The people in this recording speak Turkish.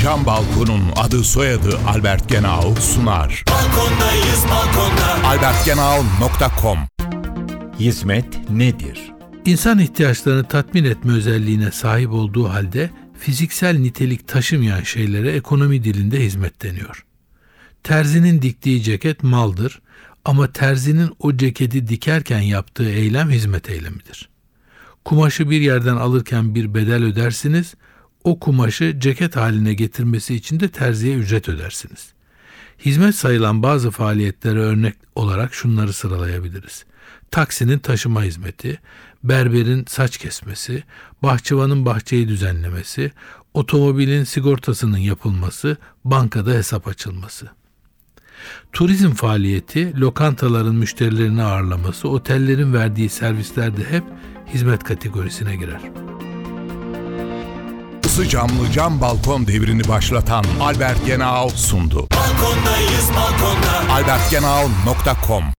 Cam Balkon'un adı soyadı Albert Genau sunar. Balkondayız balkonda. albertgenau.com. Hizmet nedir? İnsan ihtiyaçlarını tatmin etme özelliğine sahip olduğu halde fiziksel nitelik taşımayan şeylere ekonomi dilinde hizmet deniyor. Terzinin diktiği ceket maldır ama terzinin o ceketi dikerken yaptığı eylem hizmet eylemidir. Kumaşı bir yerden alırken bir bedel ödersiniz, o kumaşı ceket haline getirmesi için de terziye ücret ödersiniz. Hizmet sayılan bazı faaliyetlere örnek olarak şunları sıralayabiliriz. Taksinin taşıma hizmeti, berberin saç kesmesi, bahçıvanın bahçeyi düzenlemesi, otomobilin sigortasının yapılması, bankada hesap açılması. Turizm faaliyeti, lokantaların müşterilerini ağırlaması, otellerin verdiği servisler de hep hizmet kategorisine girer. Isı camlı cam balkon devrini başlatan Albert Genau sundu. Balkondayız balkonda. albertgenau.com